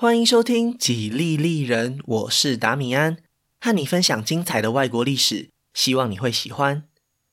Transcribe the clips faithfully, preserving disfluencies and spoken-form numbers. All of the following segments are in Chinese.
欢迎收听几利利人，我是达米安，和你分享精彩的外国历史，希望你会喜欢。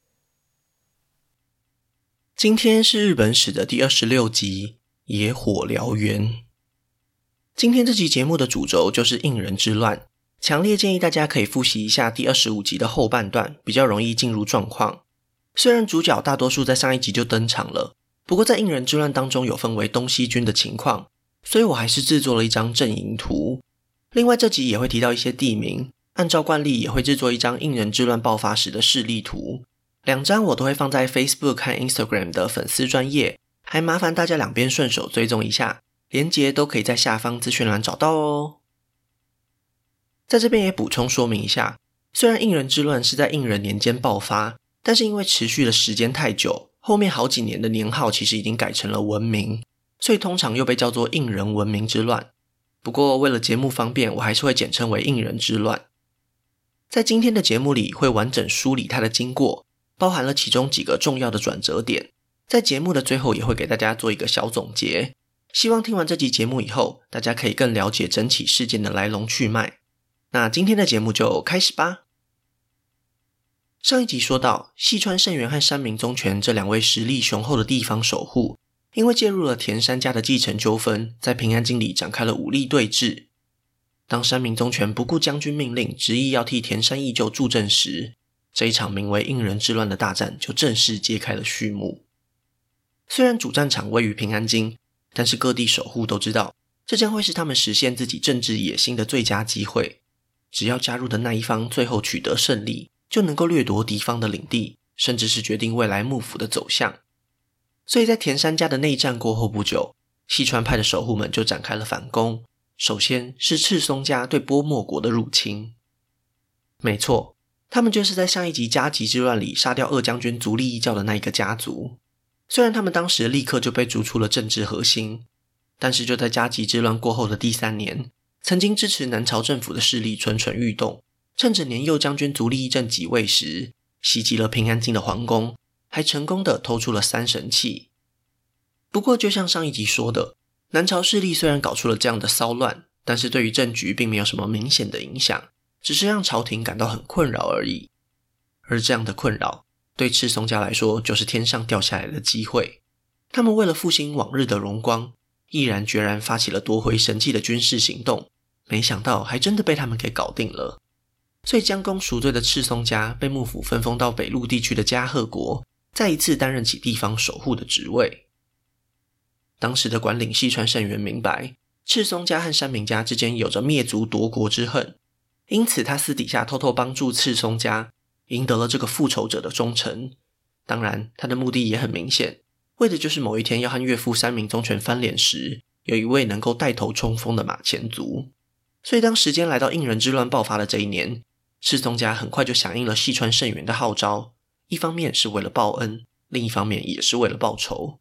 今天是日本史的第二十六集，野火燎原。今天这集节目的主轴就是应仁之乱，强烈建议大家可以复习一下第二十五集的后半段，比较容易进入状况。虽然主角大多数在上一集就登场了，不过在应仁之乱当中有分为东西军的情况，所以我还是制作了一张阵营图。另外这集也会提到一些地名，按照惯例也会制作一张应仁之乱爆发时的势力图。两张我都会放在 Facebook 和 Instagram 的粉丝专页，还麻烦大家两边顺手追踪一下，连结都可以在下方资讯栏找到哦。在这边也补充说明一下，虽然应仁之乱是在应仁年间爆发，但是因为持续的时间太久，后面好几年的年号其实已经改成了文明，所以通常又被叫做应仁文明之乱。不过为了节目方便，我还是会简称为应仁之乱。在今天的节目里会完整梳理它的经过，包含了其中几个重要的转折点，在节目的最后也会给大家做一个小总结。希望听完这集节目以后，大家可以更了解整起事件的来龙去脉。那今天的节目就开始吧。上一集说到，细川胜元和山明宗全这两位实力雄厚的地方守护，因为介入了田山家的继承纠纷，在平安京里展开了武力对峙。当山明宗全不顾将军命令，执意要替田山义旧助阵时，这一场名为应仁之乱的大战就正式揭开了序幕。虽然主战场位于平安京，但是各地守护都知道，这将会是他们实现自己政治野心的最佳机会。只要加入的那一方最后取得胜利，就能够掠夺敌方的领地，甚至是决定未来幕府的走向。所以在田山家的内战过后不久，细川派的守护们就展开了反攻。首先是赤松家对波墨国的入侵。没错，他们就是在上一集加急之乱里杀掉二将军足利义教的那一个家族。虽然他们当时立刻就被逐出了政治核心，但是就在加急之乱过后的第三年，曾经支持南朝政府的势力蠢蠢欲动，趁着年幼将军足利义政即位时，袭击了平安京的皇宫，还成功的偷出了三神器。不过就像上一集说的，南朝势力虽然搞出了这样的骚乱，但是对于政局并没有什么明显的影响，只是让朝廷感到很困扰而已。而这样的困扰对赤松家来说就是天上掉下来的机会。他们为了复兴往日的荣光，毅然决然发起了夺回神器的军事行动，没想到还真的被他们给搞定了。所以将功赎罪的赤松家被幕府分封到北陆地区的加贺国，再一次担任起地方守护的职位。当时的管领细川胜元明白，赤松家和山明家之间有着灭族夺国之恨，因此他私底下偷偷帮助赤松家，赢得了这个复仇者的忠诚。当然他的目的也很明显，为的就是某一天要和岳父山明宗全翻脸时，有一位能够带头冲锋的马前卒。所以当时间来到应仁之乱爆发的这一年，赤松家很快就响应了细川胜元的号召，一方面是为了报恩，另一方面也是为了报仇。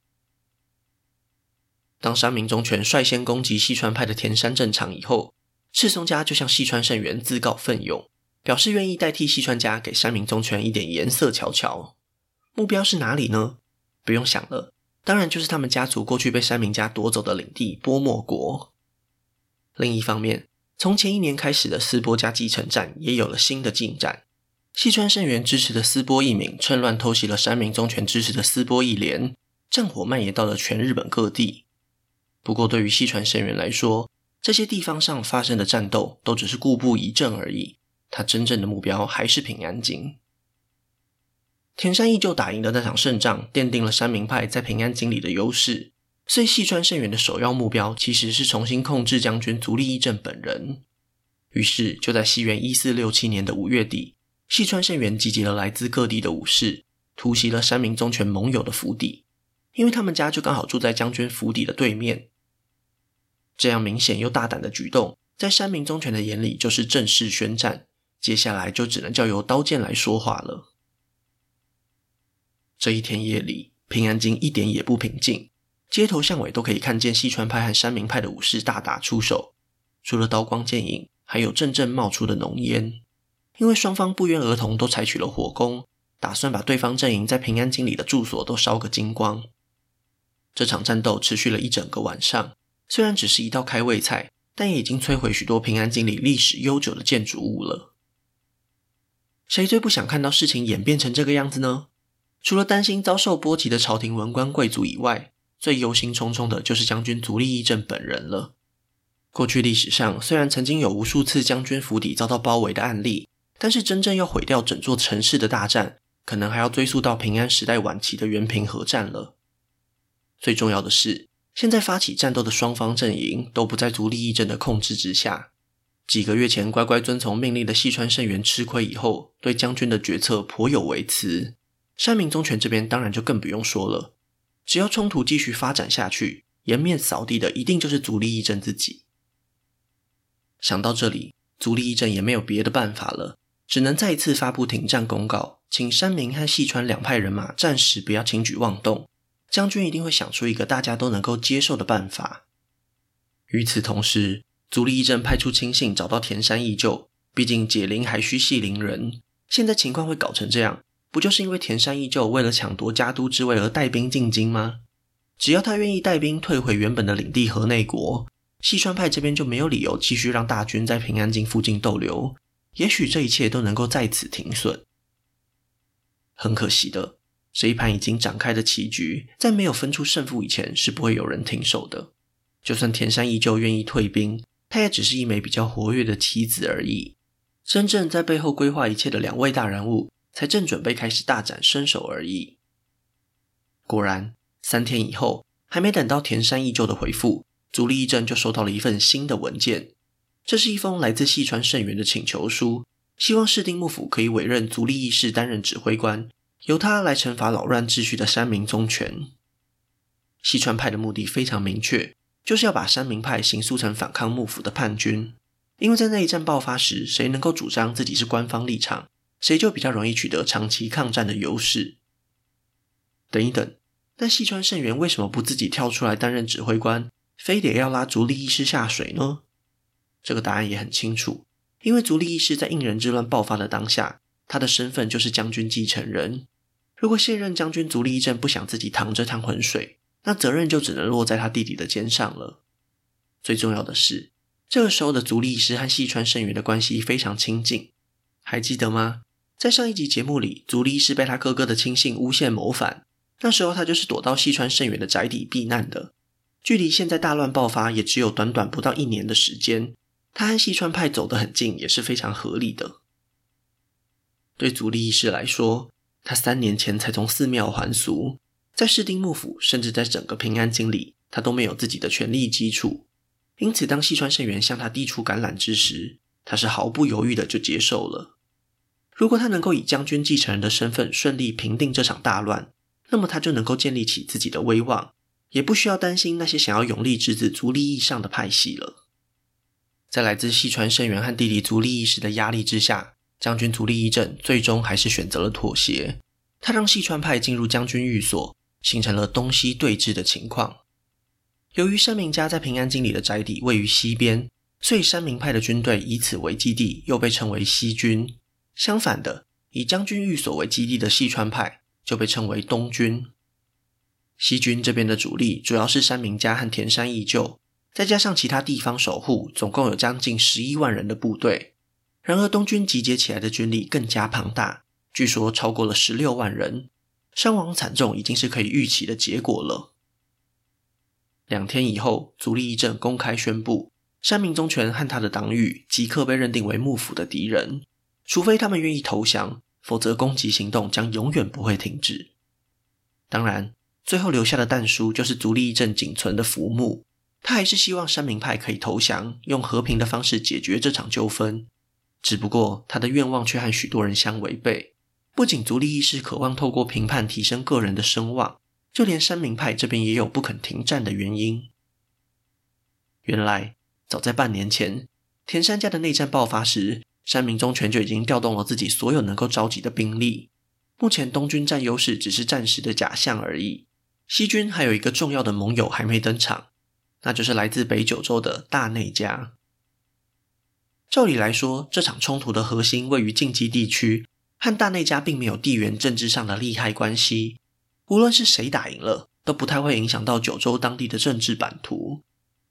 当山明宗全率先攻击细川派的田山阵场以后，赤松家就向细川胜元自告奋勇，表示愿意代替细川家给山明宗全一点颜色瞧瞧。目标是哪里呢？不用想了，当然就是他们家族过去被山明家夺走的领地波墨国。另一方面，从前一年开始的斯波家继承战也有了新的进展。细川胜元支持的斯波义敏趁乱偷袭了山明宗全支持的斯波义廉，战火蔓延到了全日本各地。不过对于细川胜元来说，这些地方上发生的战斗都只是故布疑阵而已，他真正的目标还是平安京。田山义旧打赢的那场胜仗奠定了山明派在平安京里的优势，所以细川胜元的首要目标其实是重新控制将军足利义政本人。于是就在西元一四六七年的五月底，细川胜元集结了来自各地的武士，突袭了山明宗全盟友的府邸，因为他们家就刚好住在将军府邸的对面。这样明显又大胆的举动，在山明宗全的眼里就是正式宣战，接下来就只能交由刀剑来说话了。这一天夜里，平安京一点也不平静，街头巷尾都可以看见细川派和山明派的武士大打出手，除了刀光剑影，还有阵阵冒出的浓烟。因为双方不约而同都采取了火攻，打算把对方阵营在平安京里的住所都烧个精光。这场战斗持续了一整个晚上，虽然只是一道开胃菜， 但也已经摧毁许多平安京里历史悠久的建筑物了。谁最不想看到事情演变成这个样子呢？除了担心遭受波及的朝廷文官贵族以外，最忧心忡忡的就是将军足利义政本人了。过去历史上虽然曾经有无数次将军府邸遭到包围的案例，但是真正要毁掉整座城市的大战，可能还要追溯到平安时代晚期的源平合战了。最重要的是，现在发起战斗的双方阵营都不在足利义政的控制之下。几个月前乖乖遵从命令的细川胜元吃亏以后，对将军的决策颇有微词。山民宗权这边当然就更不用说了，只要冲突继续发展下去，颜面扫地的一定就是足利义政自己。想到这里，足利义政也没有别的办法了，只能再一次发布停战公告，请山民和细川两派人马暂时不要轻举妄动，将军一定会想出一个大家都能够接受的办法。与此同时，足利义政派出亲信找到田山义旧，毕竟解铃还须系铃人，现在情况会搞成这样，不就是因为田山义旧为了抢夺家督之位而带兵进京吗？只要他愿意带兵退回原本的领地河内国，细川派这边就没有理由继续让大军在平安京附近逗留，也许这一切都能够在此停损。很可惜的，这一盘已经展开的棋局，在没有分出胜负以前是不会有人停手的。就算田山义旧愿意退兵，他也只是一枚比较活跃的棋子而已。真正在背后规划一切的两位大人物，才正准备开始大展身手而已。果然，三天以后，还没等到田山义旧的回复，足利义政就收到了一份新的文件。这是一封来自细川胜元的请求书，希望室町幕府可以委任足利义士担任指挥官，由他来惩罚扰乱秩序的山民宗权。细川派的目的非常明确，就是要把山民派形塑成反抗幕府的叛军。因为在内战爆发时，谁能够主张自己是官方立场，谁就比较容易取得长期抗战的优势。等一等，但细川胜元为什么不自己跳出来担任指挥官，非得要拉足利义士下水呢？这个答案也很清楚，因为足利义士在应仁之乱爆发的当下，他的身份就是将军继承人。如果现任将军足利义政不想自己淌这趟浑水，那责任就只能落在他弟弟的肩上了。最重要的是，这个时候的足利义士和细川胜元的关系非常亲近。还记得吗？在上一集节目里，足利义士被他哥哥的亲信诬陷谋反，那时候他就是躲到细川胜元的宅邸避难的。距离现在大乱爆发也只有短短不到一年的时间，他和细川派走得很近也是非常合理的。对足利义士来说，他三年前才从寺庙还俗，在室町幕府甚至在整个平安京里，他都没有自己的权力基础。因此当细川胜元向他递出橄榄枝时，他是毫不犹豫的就接受了。如果他能够以将军继承人的身份顺利平定这场大乱，那么他就能够建立起自己的威望，也不需要担心那些想要拥立侄子足利义上的派系了。在来自细川胜元和弟弟足利义时的压力之下，将军足利义政最终还是选择了妥协。他让细川派进入将军寓所，形成了东西对峙的情况。由于山民家在平安京里的宅邸位于西边，所以山民派的军队以此为基地，又被称为西军。相反的，以将军寓所为基地的细川派就被称为东军。西军这边的主力主要是山民家和田山义旧，再加上其他地方守护，总共有将近十一万人的部队。然而东军集结起来的军力更加庞大，据说超过了十六万人，伤亡惨重已经是可以预期的结果了。两天以后，足利义政公开宣布，山民宗权和他的党羽即刻被认定为幕府的敌人，除非他们愿意投降，否则攻击行动将永远不会停止。当然，最后留下的弹书就是足利义政仅存的浮木，他还是希望山民派可以投降，用和平的方式解决这场纠纷。只不过他的愿望却和许多人相违背，不仅足利义士渴望透过评判提升个人的声望，就连山民派这边也有不肯停战的原因。原来早在半年前，田山家的内战爆发时，山民宗权就已经调动了自己所有能够召集的兵力。目前东军占优势只是暂时的假象而已，西军还有一个重要的盟友还没登场，那就是来自北九州的大内家。照理来说，这场冲突的核心位于近畿地区，和大内家并没有地缘政治上的利害关系，无论是谁打赢了，都不太会影响到九州当地的政治版图。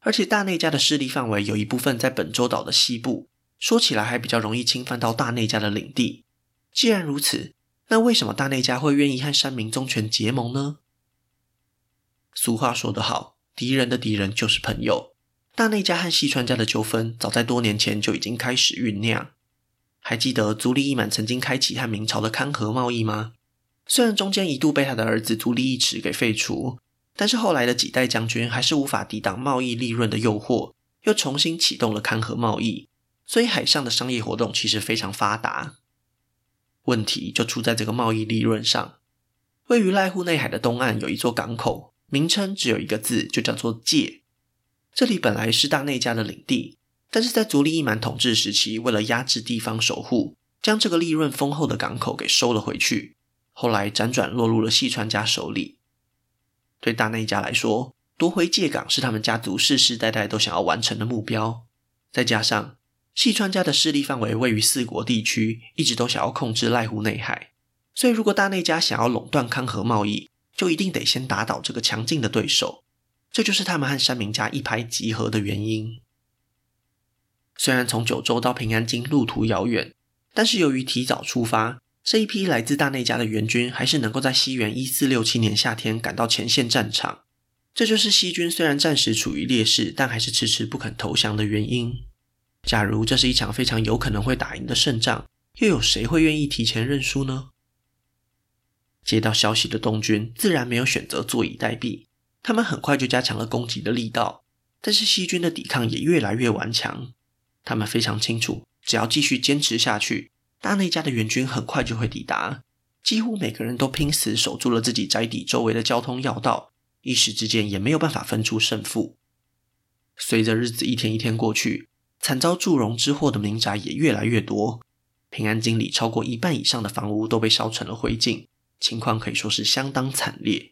而且大内家的势力范围有一部分在本州岛的西部，说起来还比较容易侵犯到大内家的领地。既然如此，那为什么大内家会愿意和山明宗权结盟呢？俗话说得好，敌人的敌人就是朋友。大内家和细川家的纠纷早在多年前就已经开始酝酿。还记得足利义满曾经开启和明朝的勘合贸易吗？虽然中间一度被他的儿子足利义持给废除，但是后来的几代将军还是无法抵挡贸易利润的诱惑，又重新启动了勘合贸易，所以海上的商业活动其实非常发达。问题就出在这个贸易利润上。位于濑户内海的东岸有一座港口，名称只有一个字，就叫做界。这里本来是大内家的领地，但是在足利义满统治时期，为了压制地方守护，将这个利润丰厚的港口给收了回去，后来辗转落入了细川家手里。对大内家来说，夺回界港是他们家族世世代代都想要完成的目标，再加上细川家的势力范围位于四国地区，一直都想要控制濑户内海，所以如果大内家想要垄断勘合贸易，就一定得先打倒这个强劲的对手，这就是他们和山明家一拍即合的原因。虽然从九州到平安京路途遥远，但是由于提早出发，这一批来自大内家的援军还是能够在西元一四六七年夏天赶到前线战场，这就是西军虽然暂时处于劣势，但还是迟迟不肯投降的原因。假如这是一场非常有可能会打赢的胜仗，又有谁会愿意提前认输呢？接到消息的东军自然没有选择坐以待毙，他们很快就加强了攻击的力道，但是西军的抵抗也越来越顽强。他们非常清楚，只要继续坚持下去，大内家的援军很快就会抵达。几乎每个人都拼死守住了自己宅邸周围的交通要道，一时之间也没有办法分出胜负。随着日子一天一天过去，惨遭祝融之祸的民宅也越来越多，平安京里超过一半以上的房屋都被烧成了灰烬，情况可以说是相当惨烈。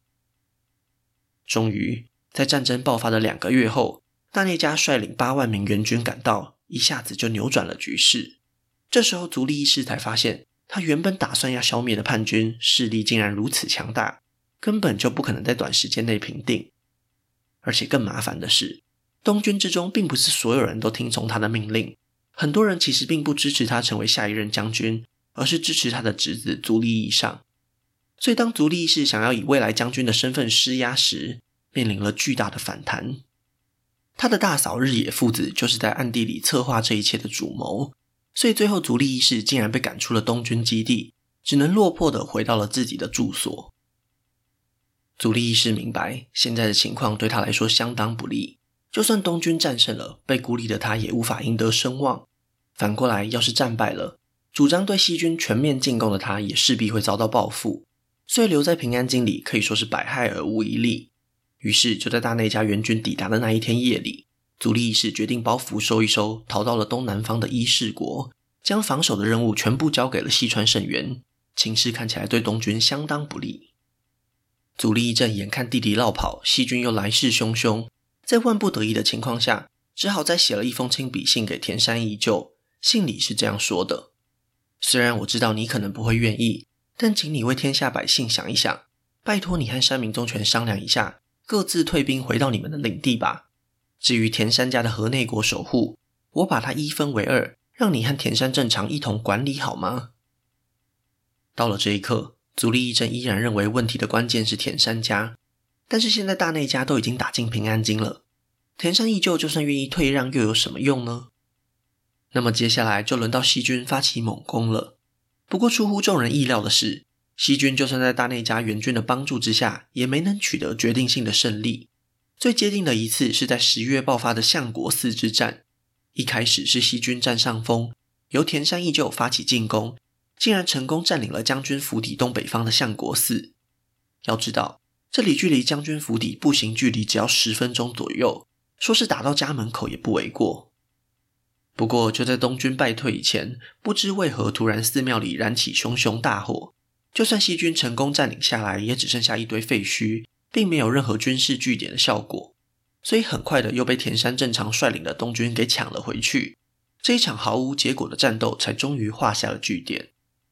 终于在战争爆发的两个月后，大内家率领八万名援军赶到，一下子就扭转了局势。这时候足利义士才发现，他原本打算要消灭的叛军势力竟然如此强大，根本就不可能在短时间内平定。而且更麻烦的是，东军之中并不是所有人都听从他的命令，很多人其实并不支持他成为下一任将军，而是支持他的侄子足利义尚。所以当足利义士想要以未来将军的身份施压时，面临了巨大的反弹。他的大嫂日野父子就是在暗地里策划这一切的主谋，所以最后足利义士竟然被赶出了东军基地，只能落魄地回到了自己的住所。足利义士明白现在的情况对他来说相当不利，就算东军战胜了，被孤立的他也无法赢得声望。反过来要是战败了，主张对西军全面进攻的他也势必会遭到报复，所以留在平安京里可以说是百害而无一利。于是就在大内家援军抵达的那一天夜里，足利义士决定包袱收一收，逃到了东南方的伊势国，将防守的任务全部交给了细川胜元，情势看起来对东军相当不利。足利义政眼看弟弟落跑，西军又来势汹汹，在万不得已的情况下，只好再写了一封亲笔信给田山义就，信里是这样说的：虽然我知道你可能不会愿意，但请你为天下百姓想一想，拜托你和山明宗权商量一下，各自退兵回到你们的领地吧。至于田山家的河内国守护，我把它一分为二，让你和田山正常一同管理好吗？到了这一刻，足利义政依然认为问题的关键是田山家，但是现在大内家都已经打进平安京了，田山义就就算愿意退让又有什么用呢？那么接下来就轮到西军发起猛攻了。不过出乎众人意料的是，西军就算在大内家援军的帮助之下，也没能取得决定性的胜利。最接近的一次是在十月爆发的相国寺之战，一开始是西军占上风，由田山义就发起进攻，竟然成功占领了将军府邸东北方的相国寺。要知道，这里距离将军府邸步行距离只要十分钟左右，说是打到家门口也不为过。不过就在东军败退以前，不知为何突然寺庙里燃起熊熊大火，就算西军成功占领下来，也只剩下一堆废墟，并没有任何军事据点的效果，所以很快的又被田山正常率领的东军给抢了回去。这一场毫无结果的战斗才终于画下了句点。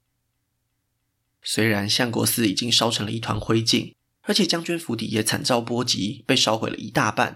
虽然相国寺已经烧成了一团灰烬，而且将军府邸也惨遭波及，被烧毁了一大半，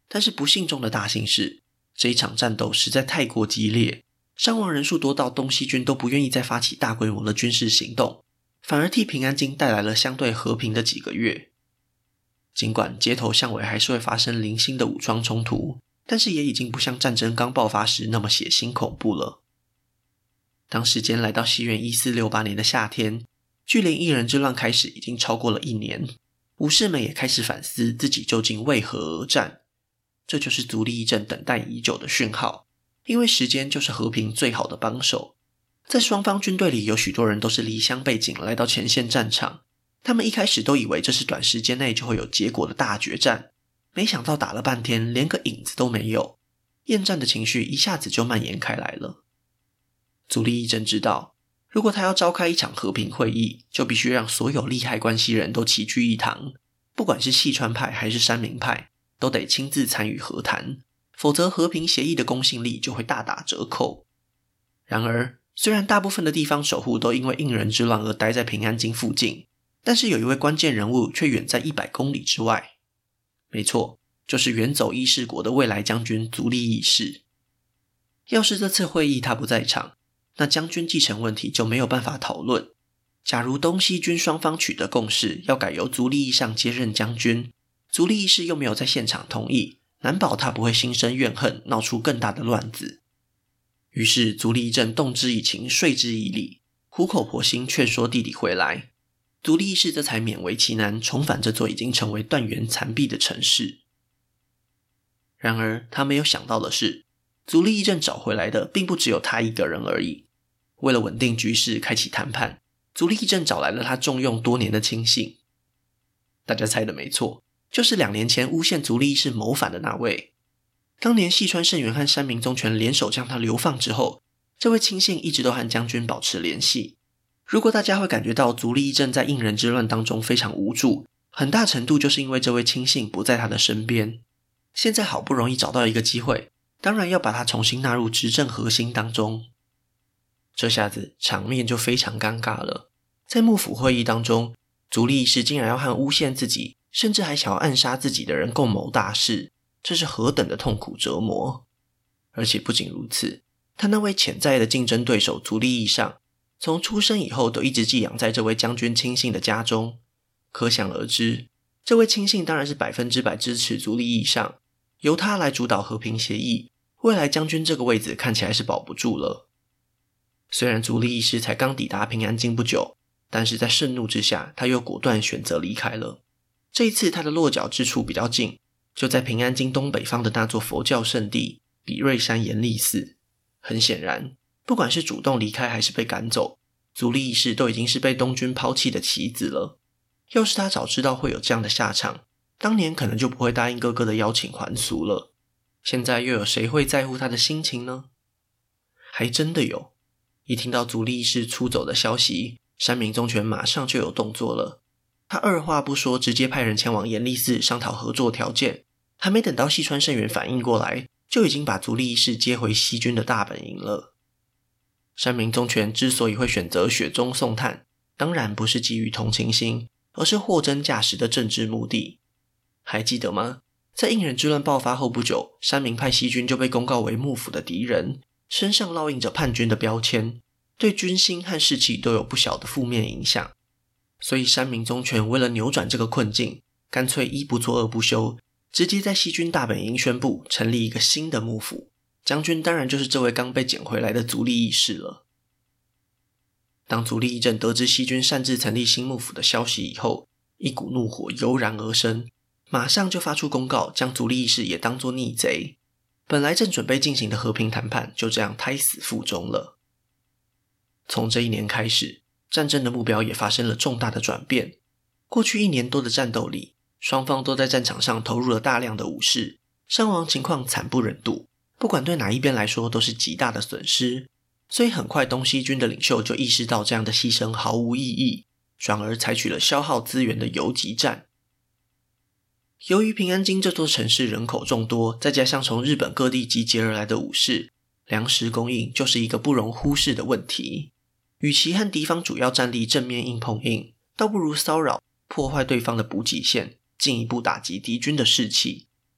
但是不幸中的大幸是，这一场战斗实在太过激烈，伤亡人数多到东西军都不愿意再发起大规模的军事行动，反而替平安京带来了相对和平的几个月。尽管街头巷尾还是会发生零星的武装冲突，但是也已经不像战争刚爆发时那么血腥恐怖了。当时间来到西元一四六八年的夏天，距离一人之乱开始已经超过了一年，武士们也开始反思自己究竟为何而战。这就是足利义政等待已久的讯号，因为时间就是和平最好的帮手。在双方军队里有许多人都是离乡背井来到前线战场，他们一开始都以为这是短时间内就会有结果的大决战，没想到打了半天连个影子都没有，厌战的情绪一下子就蔓延开来了。足利义政知道，如果他要召开一场和平会议，就必须让所有利害关系人都齐聚一堂，不管是细川派还是山民派，都得亲自参与和谈，否则和平协议的公信力就会大打折扣。然而，虽然大部分的地方守护都因为应仁之乱而待在平安京附近，但是有一位关键人物却远在一百公里之外。没错，就是远走伊势国的未来将军足利义士。要是这次会议他不在场，那将军继承问题就没有办法讨论。假如东西军双方取得共识，要改由足利义尚接任将军，足利义士又没有在现场同意，难保他不会心生怨恨，闹出更大的乱子。于是足利义政动之以情，说之以理，苦口婆心劝说弟弟回来。足利义士这才勉为其难，重返这座已经成为断垣残壁的城市。然而他没有想到的是，足利义政找回来的并不只有他一个人而已。为了稳定局势，开启谈判，足利义政找来了他重用多年的亲信。大家猜的没错，就是两年前诬陷足利义士谋反的那位。当年细川胜元和山民宗权联手将他流放之后，这位亲信一直都和将军保持联系。如果大家会感觉到足利义政在应仁之乱当中非常无助，很大程度就是因为这位亲信不在他的身边。现在好不容易找到一个机会，当然要把他重新纳入执政核心当中。这下子场面就非常尴尬了。在幕府会议当中，足利义士竟然要和诬陷自己，甚至还想要暗杀自己的人共谋大事，这是何等的痛苦折磨。而且不仅如此，他那位潜在的竞争对手足利义尚，从出生以后都一直寄养在这位将军亲信的家中，可想而知，这位亲信当然是百分之百支持足利义尚，由他来主导和平协议，未来将军这个位子看起来是保不住了。虽然足利义士才刚抵达平安京不久，但是在盛怒之下，他又果断选择离开了。这一次他的落脚之处比较近，就在平安京东北方的那座佛教圣地比瑞山延历寺。很显然，不管是主动离开还是被赶走，足利义士都已经是被东军抛弃的棋子了。要是他早知道会有这样的下场，当年可能就不会答应哥哥的邀请还俗了。现在又有谁会在乎他的心情呢？还真的有。一听到足利义士出走的消息，山民宗权马上就有动作了。他二话不说，直接派人前往延历寺商讨合作条件，还没等到细川胜元反应过来，就已经把足利义士接回西军的大本营了。山民宗权之所以会选择雪中送炭，当然不是基于同情心，而是货真价实的政治目的。还记得吗？在应仁之乱爆发后不久，山民派西军就被公告为幕府的敌人，身上烙印着叛军的标签，对军心和士气都有不小的负面影响。所以山民宗权为了扭转这个困境，干脆一不做二不休，直接在西军大本营宣布成立一个新的幕府，将军当然就是这位刚被捡回来的足利义士了。当足利义政得知西军擅自成立新幕府的消息以后，一股怒火油然而生，马上就发出公告，将足利义士也当作逆贼。本来正准备进行的和平谈判就这样胎死腹中了。从这一年开始，战争的目标也发生了重大的转变。过去一年多的战斗里，双方都在战场上投入了大量的武士，伤亡情况惨不忍睹，不管对哪一边来说都是极大的损失。所以很快东西军的领袖就意识到这样的牺牲毫无意义，转而采取了消耗资源的游击战。由于平安京这座城市人口众多，再加上从日本各地集结而来的武士，粮食供应就是一个不容忽视的问题。与其和敌方主要战力正面硬碰硬，倒不如骚扰破坏对方的补给线，进一步打击敌军的士气。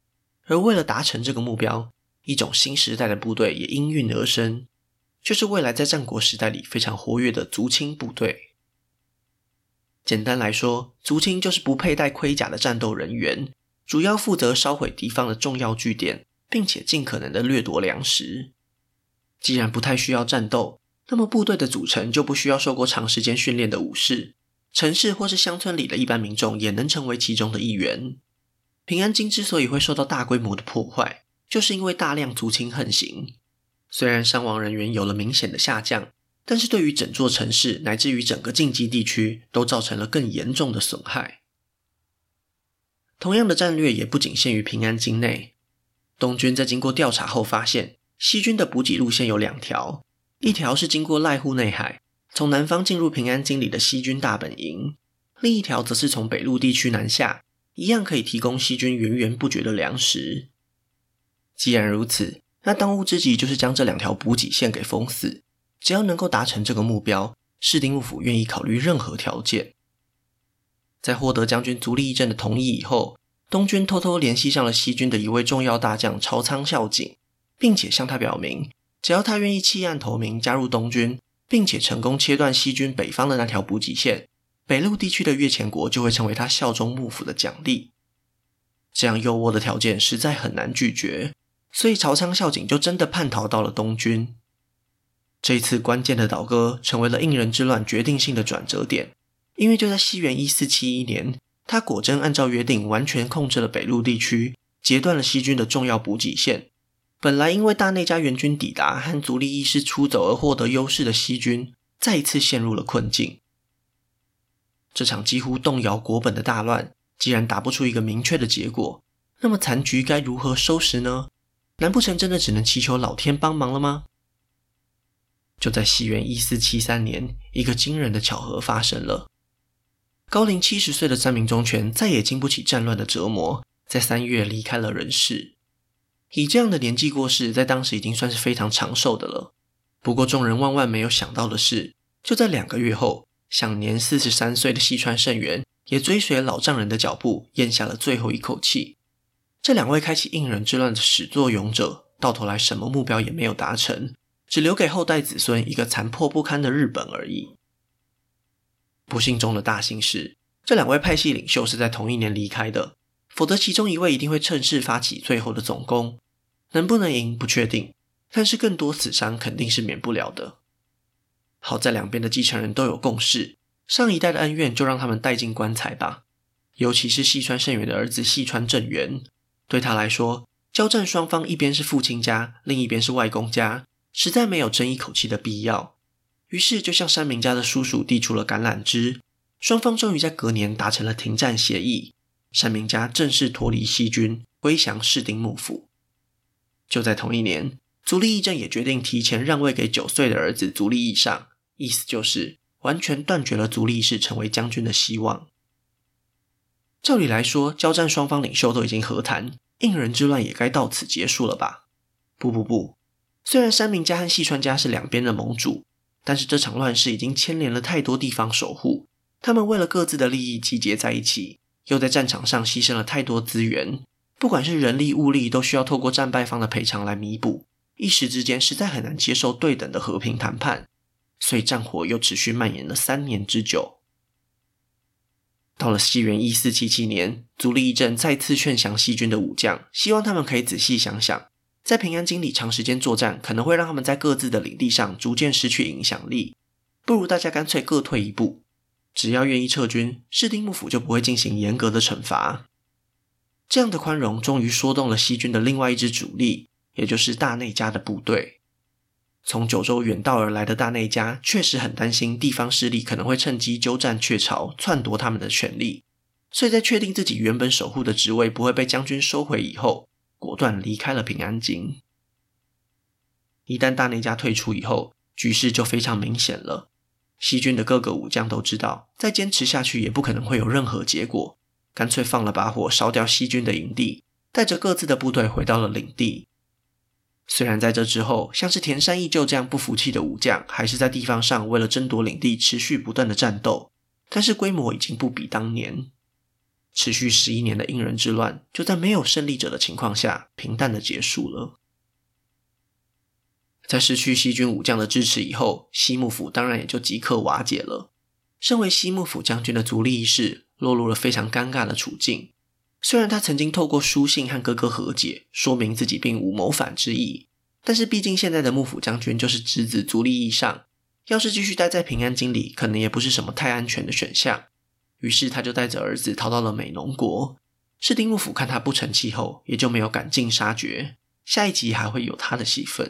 而为了达成这个目标，一种新时代的部队也应运而生，就是未来在战国时代里非常活跃的族亲部队。简单来说，族亲就是不佩戴盔甲的战斗人员，主要负责烧毁敌方的重要据点，并且尽可能的掠夺粮食。既然不太需要战斗，那么部队的组成就不需要受过长时间训练的武士，城市或是乡村里的一般民众也能成为其中的一员。平安京之所以会受到大规模的破坏，就是因为大量族亲横行。虽然伤亡人员有了明显的下降，但是对于整座城市乃至于整个近畿地区都造成了更严重的损害。同样的战略也不仅限于平安京内，东军在经过调查后发现，西军的补给路线有两条，一条是经过濑户内海，从南方进入平安京里的西军大本营，另一条则是从北陆地区南下，一样可以提供西军源源不绝的粮食。既然如此，那当务之急就是将这两条补给线给封死，只要能够达成这个目标，室町幕府愿意考虑任何条件。在获得将军足利义政的同意以后，东军偷偷联系上了西军的一位重要大将朝仓孝景，并且向他表明，只要他愿意弃暗投明加入东军，并且成功切断西军北方的那条补给线，北陆地区的越前国就会成为他效忠幕府的奖励。这样优渥的条件实在很难拒绝，所以朝仓孝景就真的叛逃到了东军。这一次关键的倒戈成为了应仁之乱决定性的转折点，因为就在西元一四七一年，他果真按照约定完全控制了北陆地区，截断了西军的重要补给线。本来因为大内家援军抵达和足利义师出走而获得优势的西军，再一次陷入了困境。这场几乎动摇国本的大乱，既然打不出一个明确的结果，那么残局该如何收拾呢？难不成真的只能祈求老天帮忙了吗？就在西元一四七三年，一个惊人的巧合发生了。高龄七十岁的三明忠权再也经不起战乱的折磨，在三月离开了人世。以这样的年纪过世，在当时已经算是非常长寿的了。不过众人万万没有想到的是，就在两个月后，享年四十三岁的细川胜元也追随老丈人的脚步，咽下了最后一口气。这两位开启应仁之乱的始作俑者，到头来什么目标也没有达成，只留给后代子孙一个残破不堪的日本而已。不幸中的大幸是，这两位派系领袖是在同一年离开的，否则其中一位一定会趁势发起最后的总攻。能不能赢不确定，但是更多死伤肯定是免不了的。好在两边的继承人都有共识，上一代的恩怨就让他们带进棺材吧。尤其是细川胜元的儿子细川政元，对他来说，交战双方一边是父亲家，另一边是外公家，实在没有争一口气的必要。于是就向山明家的叔叔递出了橄榄枝，双方终于在隔年达成了停战协议，山明家正式脱离西军，归降室町幕府。就在同一年，足利义政也决定提前让位给九岁的儿子足利义尚，意思就是完全断绝了足利义氏成为将军的希望。照理来说，交战双方领袖都已经和谈，应仁之乱也该到此结束了吧？不不不，虽然山明家和细川家是两边的盟主，但是这场乱世已经牵连了太多地方守护，他们为了各自的利益集结在一起，又在战场上牺牲了太多资源，不管是人力物力都需要透过战败方的赔偿来弥补，一时之间实在很难接受对等的和平谈判，所以战火又持续蔓延了三年之久。到了西元一四七七年，足利义政再次劝降西军的武将，希望他们可以仔细想想，在平安京里长时间作战可能会让他们在各自的领地上逐渐失去影响力，不如大家干脆各退一步，只要愿意撤军，室町幕府就不会进行严格的惩罚。这样的宽容终于说动了西军的另外一支主力，也就是大内家的部队。从九州远道而来的大内家确实很担心地方势力可能会趁机鸠占鹊巢，篡夺他们的权力，所以在确定自己原本守护的职位不会被将军收回以后，果断离开了平安京。一旦大内家退出以后，局势就非常明显了。西军的各个武将都知道，再坚持下去也不可能会有任何结果，干脆放了把火烧掉西军的营地，带着各自的部队回到了领地。虽然在这之后，像是田山义就这样不服气的武将还是在地方上为了争夺领地持续不断的战斗，但是规模已经不比当年。 持续十一年的应人之乱就在没有胜利者的情况下平淡的结束了。在失去西军武将的支持以后，西幕府当然也就即刻瓦解了。身为西幕府将军的足利义士落入了非常尴尬的处境。虽然他曾经透过书信和哥哥和解，说明自己并无谋反之意，但是毕竟现在的幕府将军就是侄子足利义尚，要是继续待在平安京里，可能也不是什么太安全的选项。于是他就带着儿子逃到了美浓国。室町幕府看他不成气候，也就没有赶尽杀绝。下一集还会有他的戏份。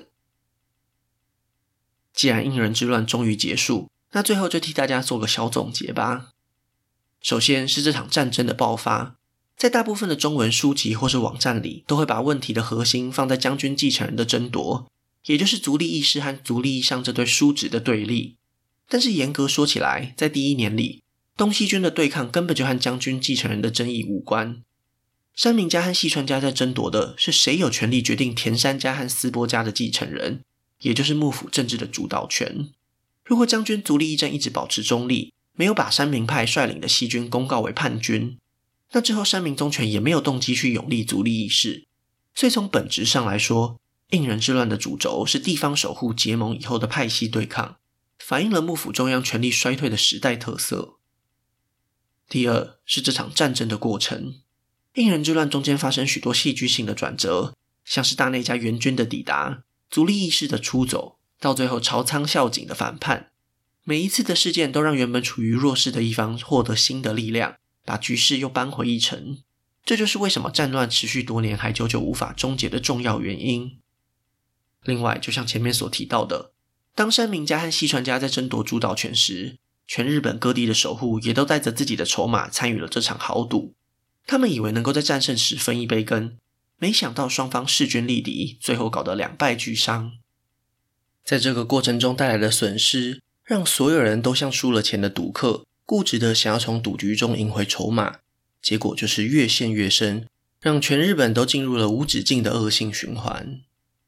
既然应人之乱终于结束，那最后就替大家做个小总结吧。首先是这场战争的爆发，在大部分的中文书籍或是网站里，都会把问题的核心放在将军继承人的争夺，也就是足利义士和足利义尚这对叔侄的对立。但是严格说起来，在第一年里，东西军的对抗根本就和将军继承人的争议无关。山明家和细川家在争夺的是谁有权利决定田山家和丝波家的继承人，也就是幕府政治的主导权。如果将军足利义政一直保持中立，没有把山明派率领的西军公告为叛军，那之后山明宗权也没有动机去拥立足利义士。所以从本质上来说，应人之乱的主轴是地方守护结盟以后的派系对抗，反映了幕府中央权力衰退的时代特色。第二是这场战争的过程。应人之乱中间发生许多戏剧性的转折，像是大内家援军的抵达，足利义士的出走，到最后朝仓孝景的反叛。每一次的事件都让原本处于弱势的一方获得新的力量，把局势又扳回一城。这就是为什么战乱持续多年还久久无法终结的重要原因。另外，就像前面所提到的，当山明家和细川家在争夺主导权时，全日本各地的守护也都带着自己的筹码参与了这场豪赌。他们以为能够在战胜时分一杯羹，没想到双方势均力敌，最后搞得两败俱伤。在这个过程中带来的损失，让所有人都像输了钱的赌客，固执的想要从赌局中赢回筹码，结果就是越陷越深，让全日本都进入了无止境的恶性循环。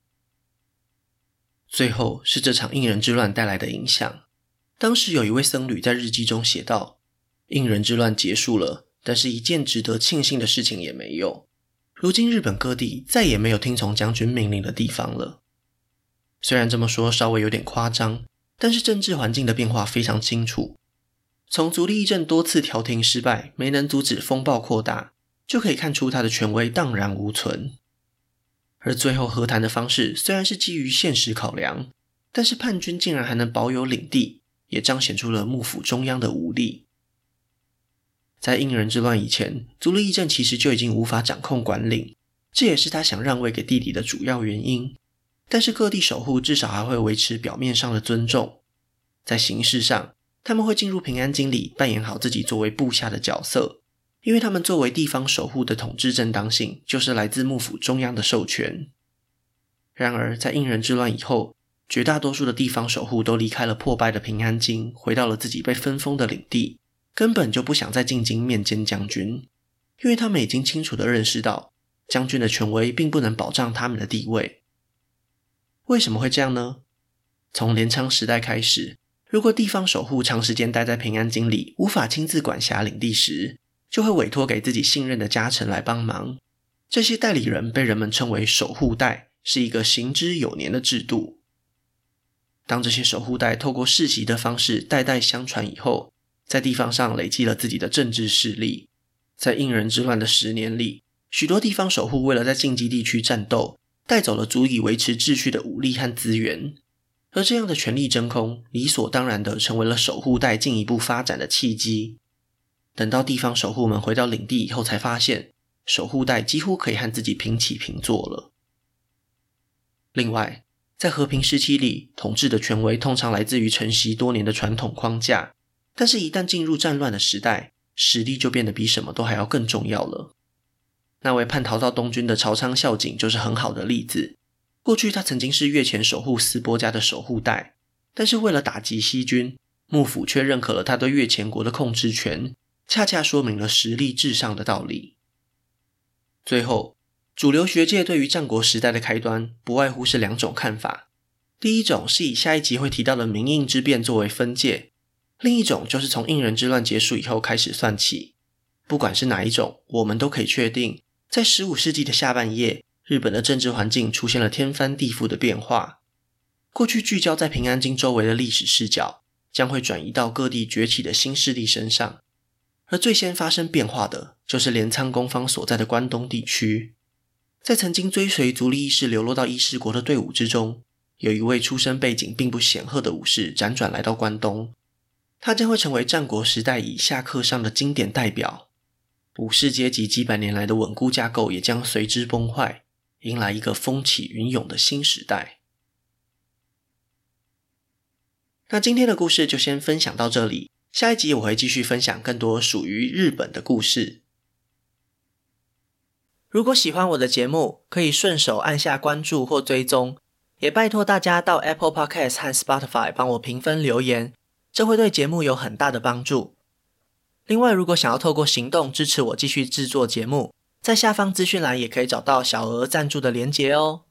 最后是这场应人之乱带来的影响。当时有一位僧侣在日记中写道，应人之乱结束了，但是一件值得庆幸的事情也没有。如今日本各地再也没有听从将军命令的地方了。虽然这么说稍微有点夸张，但是政治环境的变化非常清楚。从足利义政多次调停失败，没能阻止风暴扩大，就可以看出他的权威荡然无存。而最后和谈的方式虽然是基于现实考量，但是叛军竟然还能保有领地，也彰显出了幕府中央的无力。在应人之乱以前，足利义政其实就已经无法掌控管领，这也是他想让位给弟弟的主要原因。但是各地守护至少还会维持表面上的尊重，在形式上，他们会进入平安京里扮演好自己作为部下的角色，因为他们作为地方守护的统治正当性，就是来自幕府中央的授权。然而，在应人之乱以后，绝大多数的地方守护都离开了破败的平安京，回到了自己被分封的领地，根本就不想再进京面见将军，因为他们已经清楚地认识到，将军的权威并不能保障他们的地位。为什么会这样呢？从镰仓时代开始，如果地方守护长时间待在平安京里，无法亲自管辖领地时，就会委托给自己信任的家臣来帮忙。这些代理人被人们称为守护代，是一个行之有年的制度。当这些守护代透过世袭的方式代代相传以后，在地方上累积了自己的政治势力。在应人之乱的十年里，许多地方守护为了在近畿地区战斗，带走了足以维持秩序的武力和资源，而这样的权力真空理所当然地成为了守护代进一步发展的契机。等到地方守护们回到领地以后，才发现守护代几乎可以和自己平起平坐了。另外，在和平时期里，统治的权威通常来自于承袭多年的传统框架，但是一旦进入战乱的时代，实力就变得比什么都还要更重要了。那位叛逃到东军的朝仓孝景就是很好的例子。过去他曾经是越前守护丝波家的守护代，但是为了打击西军，幕府却认可了他对越前国的控制权，恰恰说明了实力至上的道理。最后，主流学界对于战国时代的开端不外乎是两种看法。第一种是以下一集会提到的明应之变作为分界，另一种就是从应人之乱结束以后开始算起。 不管是哪一种，我们都可以确定，在十五世纪的下半叶，日本的政治环境出现了天翻地覆的变化。过去聚焦在平安京周围的历史视角，将会转移到各地崛起的新势力身上。而最先发生变化的，就是镰仓公方所在的关东地区。在曾经追随足利义士流落到伊势国的队伍之中，有一位出身背景并不显赫的武士辗转来到关东，他将会成为战国时代以下克上的经典代表。武士阶级几百年来的稳固架构也将随之崩坏，迎来一个风起云涌的新时代。那今天的故事就先分享到这里，下一集我会继续分享更多属于日本的故事。如果喜欢我的节目，可以顺手按下关注或追踪，也拜托大家到 Apple Podcast 和 Spotify 帮我评分留言，这会对节目有很大的帮助。另外，如果想要透过行动支持我继续制作节目，在下方资讯栏也可以找到小额赞助的连结哦。